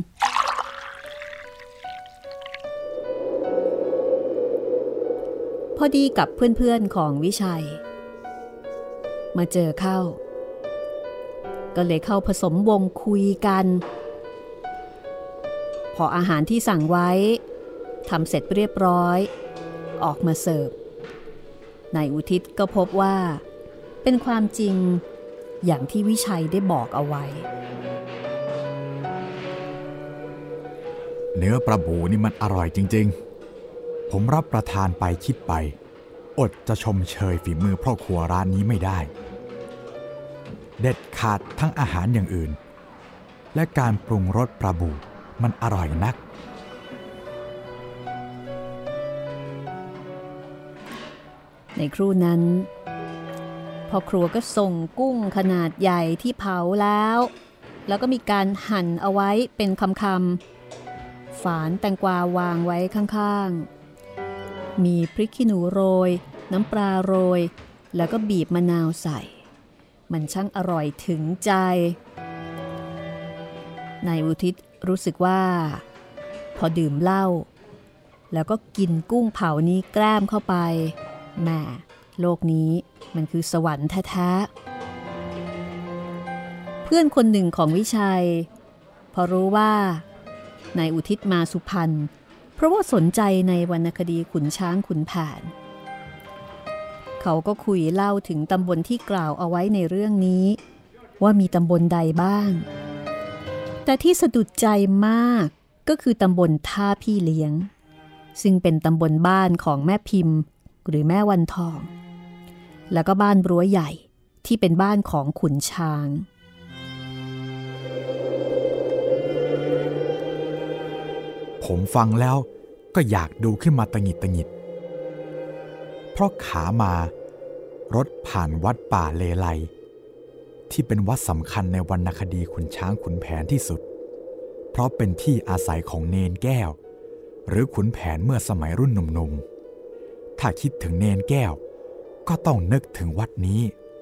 พอดีกับเพื่อนๆของวิชัยมาเจอเข้าก็เลยเข้าผสมวงคุยกันพออาหารที่สั่งไว้ทำเสร็จเรียบร้อยออกมาเสิร์ฟนายอุทิศก็พบว่าเป็นความจริงอย่างที่วิชัยได้บอกเอาไว้เนื้อปลาบูนี่มันอร่อยจริงๆผมรับประทานไปคิดไปอดจะชมเชยฝีมือพ่อครัวร้านนี้ไม่ได้เด็ดขาดทั้งอาหารอย่างอื่นและการปรุงรสปลาบูมันอร่อยนักในครู่นั้นพ่อครัวก็ส่งกุ้งขนาดใหญ่ที่เผาแล้วก็มีการหั่นเอาไว้เป็นคำๆฝานแตงกวาวางไว้ข้างๆมีพริกขี้หนูโรยน้ำปลาโรยแล้วก็บีบมะนาวใส่มันช่างอร่อยถึงใจนายอุทิศรู้สึกว่าพอดื่มเหล้าแล้วก็กินกุ้งเผานี้แกล้มเข้าไปแหมโลกนี้มันคือสวรรค์แท้ๆเพื่อนคนหนึ่งของวิชัยพอรู้ว่านายอุทิศมาสุพรรณเพราะว่าสนใจในวรรณคดีขุนช้างขุนแผนเขาก็คุยเล่าถึงตำบลที่กล่าวเอาไว้ในเรื่องนี้ว่ามีตำบลใดบ้างแต่ที่สะดุดใจมากก็คือตำบลท่าพี่เลี้ยงซึ่งเป็นตำบลบ้านของแม่พิมพ์หรือแม่วันทองแล้วก็บ้านรั้วใหญ่ที่เป็นบ้านของขุนช้างผมฟังแล้วก็อยากดูขึ้นมาตะหงิดเพราะขามารถผ่านวัดป่าเลไลที่เป็นวัดสำคัญในวรรณคดีขุนช้างขุนแผนที่สุดเพราะเป็นที่อาศัยของเนนแก้วหรือขุนแผนเมื่อสมัยรุ่นหนุ่มๆถ้าคิดถึงเนนแก้วก็ต้องนึกถึงวัดนี้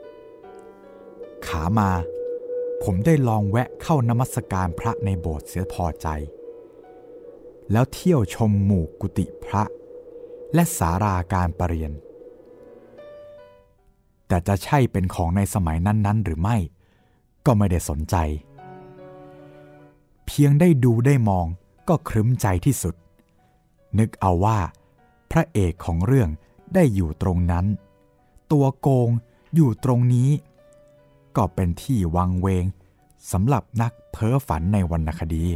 ขามาผมได้ลองแวะเข้านมัสการพระในโบสถ์เสียพอใจแล้วเที่ยวชมหมู่กุฏิพระและศาลาการประเรียนแต่จะใช่เป็นของในสมัยนั้นๆหรือไม่ก็ไม่ได้สนใจเพียงได้ดูได้มองก็ครึ้มใจที่สุดนึกเอาว่าพระเอกของเรื่องได้อยู่ตรงนั้นตัวโกงอยู่ตรงนี้ก็เป็นที่วังเวงสำหรับนักเพ้อฝันในวรรณคดี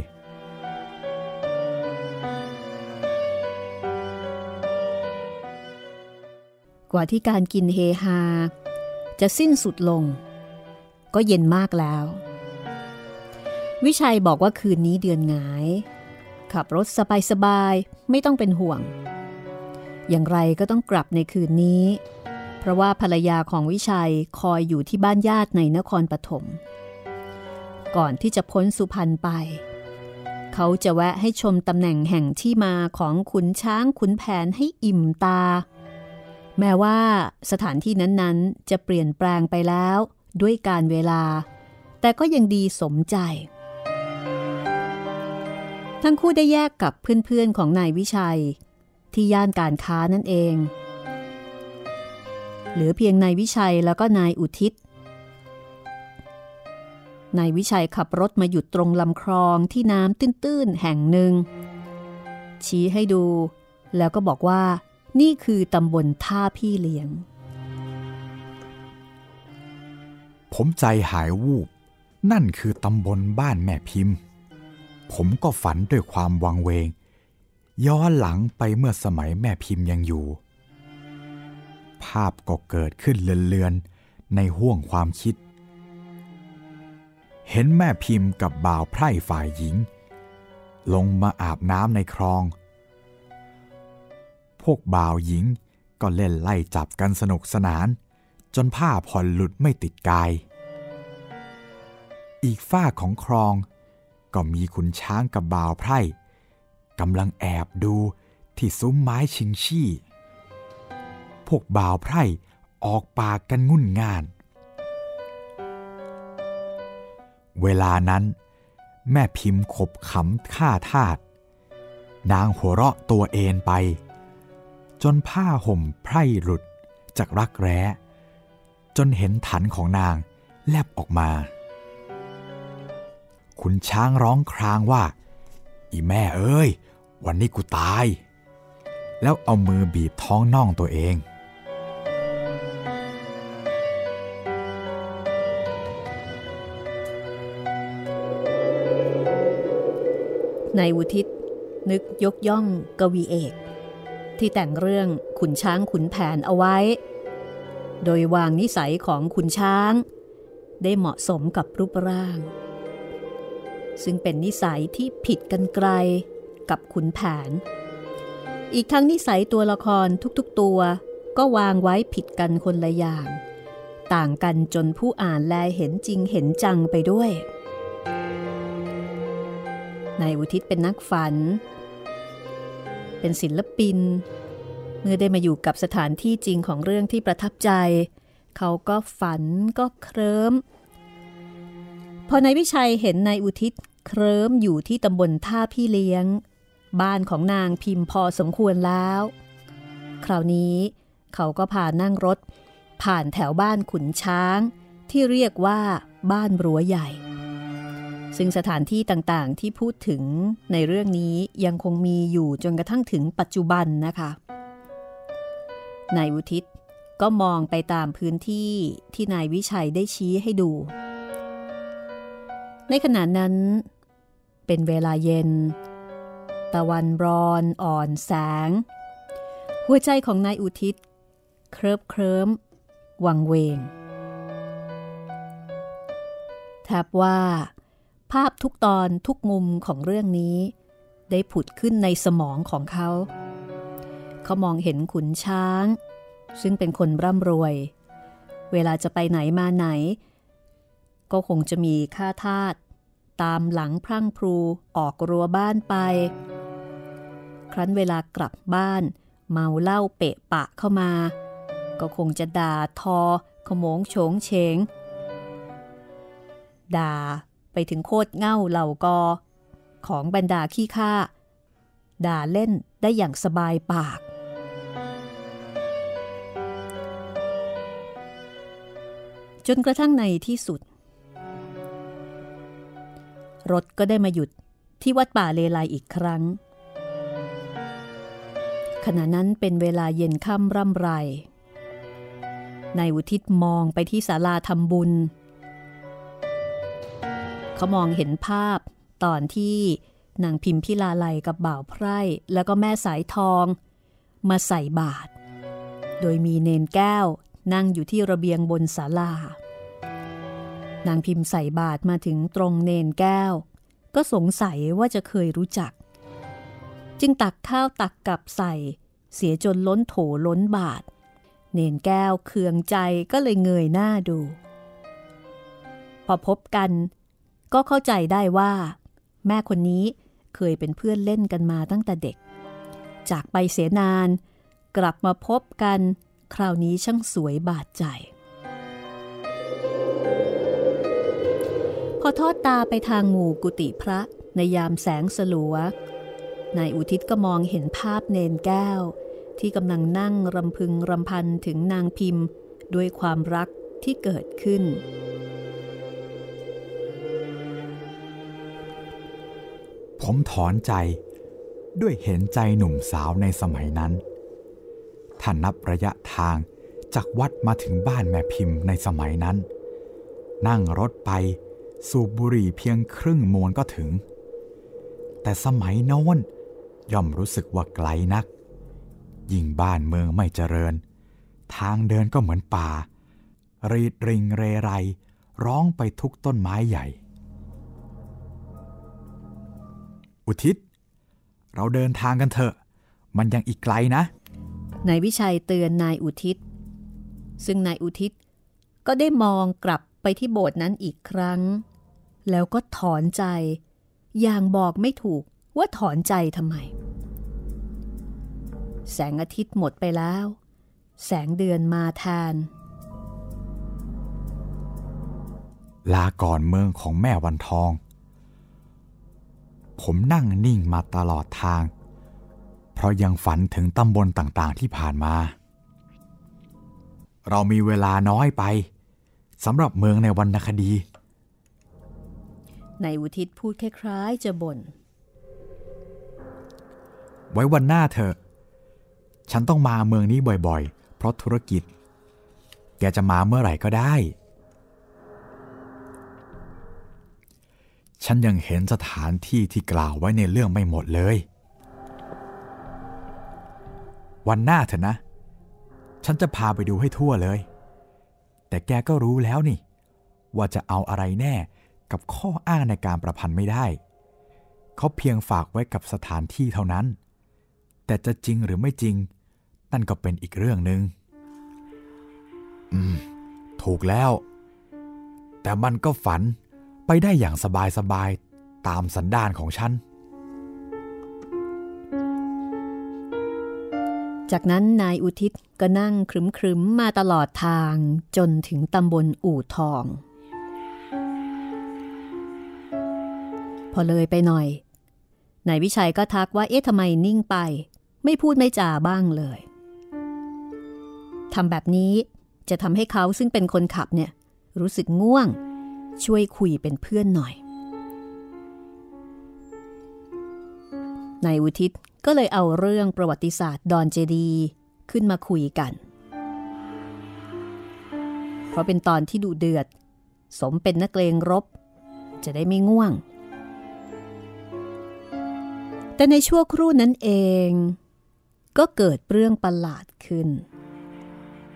กว่าที่การกินเฮฮาจะสิ้นสุดลงก็เย็นมากแล้ววิชัยบอกว่าคืนนี้เดือนหงายขับรถสบายๆไม่ต้องเป็นห่วงอย่างไรก็ต้องกลับในคืนนี้เพราะว่าภรรยาของวิชัยคอยอยู่ที่บ้านญาติในนครปฐมก่อนที่จะพ้นสุพรรณไปเขาจะแวะให้ชมตำแหน่งแห่งที่มาของขุนช้างขุนแผนให้อิ่มตาแม้ว่าสถานที่นั้นๆจะเปลี่ยนแปลงไปแล้วด้วยกาลเวลาแต่ก็ยังดีสมใจทั้งคู่ได้แยกกับเพื่อนๆของนายวิชัยที่ย่านการค้านั่นเองเหลือเพียงนายวิชัยแล้วก็นายอุทิศนายวิชัยขับรถมาหยุดตรงลำคลองที่น้ำตื้นๆแห่งหนึ่งชี้ให้ดูแล้วก็บอกว่านี่คือตำบลท่าพี่เลี้ยงผมใจหายวูบนั่นคือตำบลบ้านแม่พิมพ์ผมก็ฝันด้วยความวังเวงย้อนหลังไปเมื่อสมัยแม่พิมพ์ยังอยู่ภาพก็เกิดขึ้นเลือนๆในห้วงความคิดเห็นแม่พิมพ์กับบ่าวไพร่ฝ่ายหญิงลงมาอาบน้ำในคลองพวกบ่าวหญิงก็เล่นไล่จับกันสนุกสนานจนผ้าผ่อนหลุดไม่ติดกายอีกฝ้าของคลองก็มีขุนช้างกับบ่าวไพร่กำลังแอบดูที่ซุ้มไม้ชิงชี่พวกบ่าวไพร่ออกปากกันงุ่นง่านเวลานั้นแม่พิมพ์ขบขำฆ่าทาสนางหัวเราะตัวเอนไปจนผ้าห่มไพร่หลุดจากรักแร้จนเห็นฐานของนางแลบออกมาขุนช้างร้องครางว่าอีแม่เอ้ยวันนี้กูตายแล้วเอามือบีบท้องน่องตัวเองนายอุทิศนึกยกย่องกวีเอกที่แต่งเรื่องขุนช้างขุนแผนเอาไว้โดยวางนิสัยของขุนช้างได้เหมาะสมกับรูปร่างซึ่งเป็นนิสัยที่ผิดกันไกลกับขุนแผนอีกทั้งนิสัยตัวละครทุกๆตัวก็วางไว้ผิดกันคนละอย่างต่างกันจนผู้อ่านแลเห็นจริงเห็นจังไปด้วยนายอุทิศเป็นนักฝันเป็นศิลปินเมื่อได้มาอยู่กับสถานที่จริงของเรื่องที่ประทับใจเขาก็ฝันก็เคลิ้มพอนายวิชัยเห็นนายอุทิศเคลิ้มอยู่ที่ตำบลท่าพี่เลี้ยงบ้านของนางพิมพ์พอสมควรแล้วคราวนี้เขาก็พานั่งรถผ่านแถวบ้านขุนช้างที่เรียกว่าบ้านรั้วใหญ่ซึ่งสถานที่ต่างๆที่พูดถึงในเรื่องนี้ยังคงมีอยู่จนกระทั่งถึงปัจจุบันนะคะนายอุทิศก็มองไปตามพื้นที่ที่นายวิชัยได้ชี้ให้ดูในขณะนั้นเป็นเวลาเย็นตะวันร้อนอ่อนแสงหัวใจของนายอุทิศเคลิ้มเคลิ้มวังเวงแทบว่าภาพทุกตอนทุกมุมของเรื่องนี้ได้ผุดขึ้นในสมองของเขามองเห็นขุนช้างซึ่งเป็นคนร่ำรวยเวลาจะไปไหนมาไหนก็คงจะมีข้าทาสตามหลังพรั่งพรูออกรั้วบ้านไปครั้นเวลากลับบ้านเมาเหล้าเปะปะเข้ามาก็คงจะด่าทอขโมงโฉงเฉงด่าไปถึงโคตรเง่าเหล่ากอของบรรดาขี้ข้าด่าเล่นได้อย่างสบายปากจนกระทั่งในที่สุดรถก็ได้มาหยุดที่วัดป่าเลไลอีกครั้งขณะนั้นเป็นเวลาเย็นค่ำร่ำไรนายอุทิศมองไปที่ศาลาทำบุญเขามองเห็นภาพตอนที่นางพิมพิลาไลกับบ่าวไพร่แล้วก็แม่สายทองมาใส่บาตรโดยมีเนนแก้วนั่งอยู่ที่ระเบียงบนศาลานางพิมพ์ใส่บาตรมาถึงตรงเนนแก้วก็สงสัยว่าจะเคยรู้จักจึงตักข้าวตักกับใส่เสียจนล้นโถล้นบาตรเนนแก้วเคืองใจก็เลยเงยหน้าดูพอพบกันก็เข้าใจได้ว่าแม่คนนี้เคยเป็นเพื่อนเล่นกันมาตั้งแต่เด็กจากไปเสียนานกลับมาพบกันคราวนี้ช่างสวยบาดใจพอทอดตาไปทางหมู่กุฏิพระในยามแสงสลัวนายอุทิศก็มองเห็นภาพเนนแก้วที่กำลังนั่งรำพึงรำพันถึงนางพิมพ์ด้วยความรักที่เกิดขึ้นผมถอนใจด้วยเห็นใจหนุ่มสาวในสมัยนั้นถ้านับระยะทางจากวัดมาถึงบ้านแม่พิมพ์ในสมัยนั้นนั่งรถไปสูบบุหรี่เพียงครึ่งมวนก็ถึงแต่สมัยโน้นย่อมรู้สึกว่าไกลนักยิ่งบ้านเมืองไม่เจริญทางเดินก็เหมือนป่ารีดริงเรไรร้องไปทุกต้นไม้ใหญ่อุทิศเราเดินทางกันเถอะมันยังอีกไกลนะนายวิชัยเตือนนายอุทิศซึ่งนายอุทิศก็ได้มองกลับไปที่โบสถ์นั้นอีกครั้งแล้วก็ถอนใจอย่างบอกไม่ถูกว่าถอนใจทำไมแสงอาทิตย์หมดไปแล้วแสงเดือนมาแทนลาก่อนเมืองของแม่วันทองผมนั่งนิ่งมาตลอดทางเพราะยังฝันถึงตำบลต่างๆที่ผ่านมาเรามีเวลาน้อยไปสำหรับเมืองในวรรณคดีนายอุทิศพูดคล้ายๆจะบ่นไว้วันหน้าเถอะฉันต้องมาเมืองนี้บ่อยๆเพราะธุรกิจแกจะมาเมื่อไหร่ก็ได้ฉันยังเห็นสถานที่ที่กล่าวไว้ในเรื่องไม่หมดเลยวันหน้าเถอะนะฉันจะพาไปดูให้ทั่วเลยแต่แกก็รู้แล้วนี่ว่าจะเอาอะไรแน่กับข้ออ้างในการประพันธ์ไม่ได้เขาเพียงฝากไว้กับสถานที่เท่านั้นแต่จะจริงหรือไม่จริงนั่นก็เป็นอีกเรื่องนึงถูกแล้วแต่มันก็ฝันไปได้อย่างสบายๆตามสันดานของฉันจากนั้นนายอุทิศก็นั่งครึมๆมาตลอดทางจนถึงตำบลอู่ทองพอเลยไปหน่อยนายวิชัยก็ทักว่าทำไมนิ่งไปไม่พูดไม่จาบ้างเลยทำแบบนี้จะทำให้เขาซึ่งเป็นคนขับเนี่ยรู้สึกง่วงช่วยคุยเป็นเพื่อนหน่อยนายอุทิศก็เลยเอาเรื่องประวัติศาสตร์ดอนเจดีขึ้นมาคุยกันเพราะเป็นตอนที่ดุเดือดสมเป็นนักเลงรบจะได้ไม่ง่วงแต่ในชั่วครู่นั้นเองก็เกิดเรื่องประหลาดขึ้น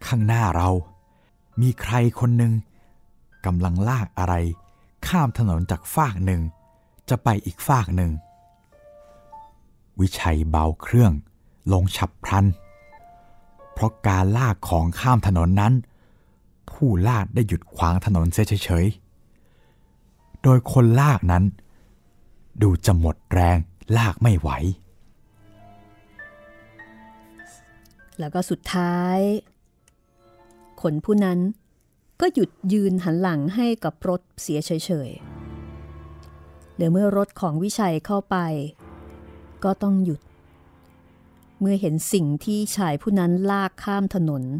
ข้างหน้าเรามีใครคนหนึ่งกำลังลากอะไรข้ามถนนจากฟากหนึ่งจะไปอีกฟากหนึ่งวิชัยเบาเครื่องลงฉับพลันเพราะการลากของข้ามถนนนั้นผู้ลากได้หยุดขวางถนนเสียเฉยๆโดยคนลากนั้นดูจะหมดแรงลากไม่ไหวแล้วก็สุดท้ายคนผู้นั้นก็หยุดยืนหันหลังให้กับรถเสียเฉยๆเมื่อรถของวิชัยเข้าไปก็ต้องหยุดเมื่อเห็นสิ่งที่ชายผู้นั้นลากข้ามถนน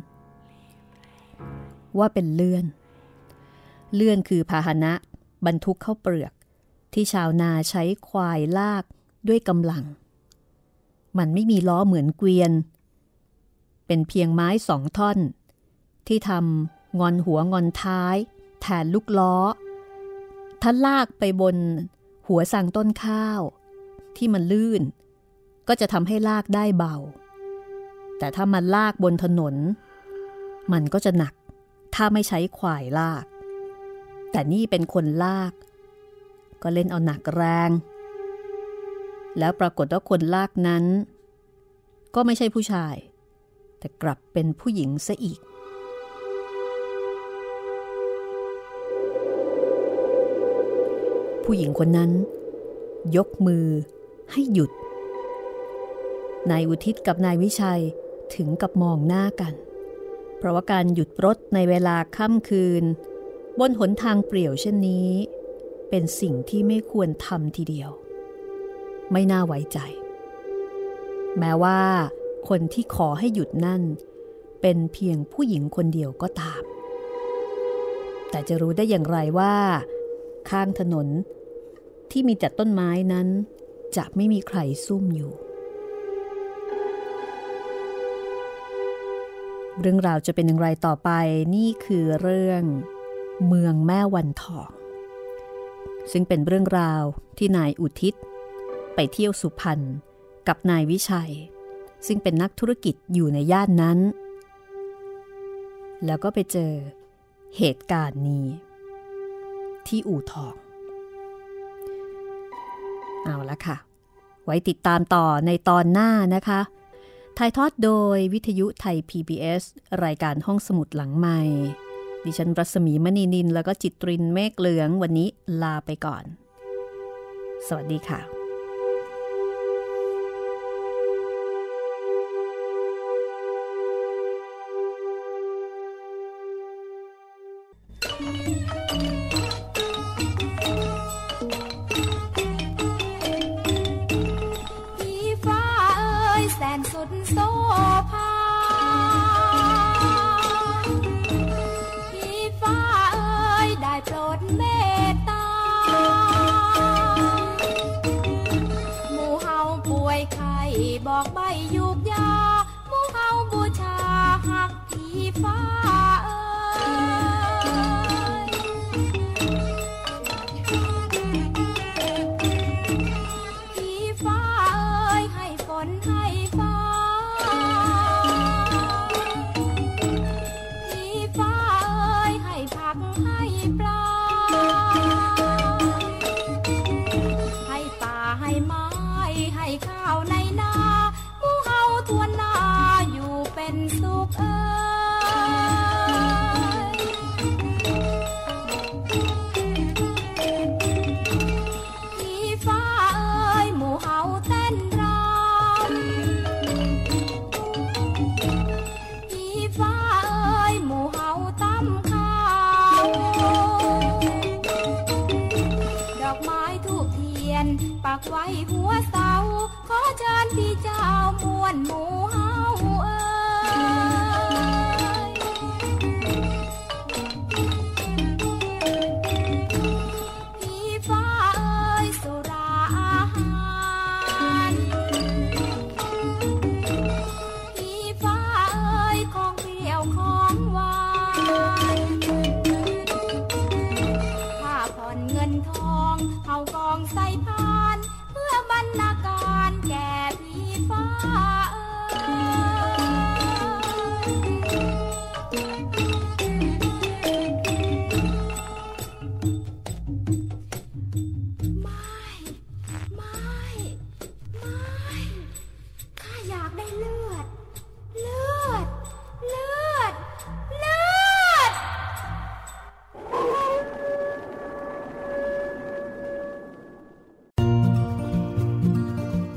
ว่าเป็นเลื่อนคือพาหนะบรรทุกข้าวเปลือกที่ชาวนาใช้ควายลากด้วยกำลังมันไม่มีล้อเหมือนเกวียนเป็นเพียงไม้2 ท่อนที่ทำงอนหัวงอนท้ายแทนลูกล้อถ้าลากไปบนหัวสังต้นข้าวที่มันลื่นก็จะทำให้ลากได้เบาแต่ถ้ามันลากบนถนนมันก็จะหนักถ้าไม่ใช้ควายลากแต่นี่เป็นคนลากก็เล่นเอาหนักแรงแล้วปรากฏว่าคนลากนั้นก็ไม่ใช่ผู้ชายแต่กลับเป็นผู้หญิงซะอีกผู้หญิงคนนั้นยกมือให้หยุดนายอุทิศกับนายวิชัยถึงกับมองหน้ากันเพราะว่าการหยุดรถในเวลาค่ำคืนบนหนทางเปลี่ยวเช่นนี้เป็นสิ่งที่ไม่ควรทำทีเดียวไม่น่าไว้ใจแม้ว่าคนที่ขอให้หยุดนั่นเป็นเพียงผู้หญิงคนเดียวก็ตามแต่จะรู้ได้อย่างไรว่าข้างถนนที่มีแต่ต้นไม้นั้นจะไม่มีใครซุ่มอยู่เรื่องราวจะเป็นอย่างไรต่อไปนี่คือเรื่องเมืองแม่วันทองซึ่งเป็นเรื่องราวที่นายอุทิศไปเที่ยวสุพรรณกับนายวิชัยซึ่งเป็นนักธุรกิจอยู่ในย่านนั้นแล้วก็ไปเจอเหตุการณ์นี้ที่อู่ทองเอาละค่ะไว้ติดตามต่อในตอนหน้านะคะถ่ายทอดโดยวิทยุไทย PBS รายการห้องสมุดหลังไมค์ดิฉันรัศมีมณีนินแล้วก็จิตรินเมฆเหลืองวันนี้ลาไปก่อนสวัสดีค่ะโซภาพี่ฟ้าเอ๋ยได้โปรดเมตตาหมู่เฮาป่วยไข้บอกใบยุกยาหมู่เฮาบูชาหักพี่ฟ้าเอ๋ยพี่ฟ้าเอ๋ยให้ฝนให้ฟ้าให้ปลาให้ป่าให้ไม้ให้ข้าวในนาหมู่เฮาทั่วหน้าอยู่เป็นสุขเอ้ยพี่ฟ้าเอ้ยหมู่เฮาเต้นรำพี่ฟ้าเอ้ยหมู่เฮาตำดอกไม้ทูบเทียนปักไว้หัวเสาขอเชิญพี่เจ้ามวลหมู่เฮาเอ้ยพี่ฟ้าเอ้ยสุราอาหารพี่ฟ้าเอ้ยของเปรี้ยวของหวานเงินทองเอากองใส่พานเพื่อบรรณาการแก่พี่ฟ้า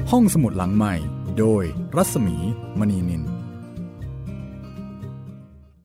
ห้องสมุดหลังใหม่โดยรัศมีมณีนิน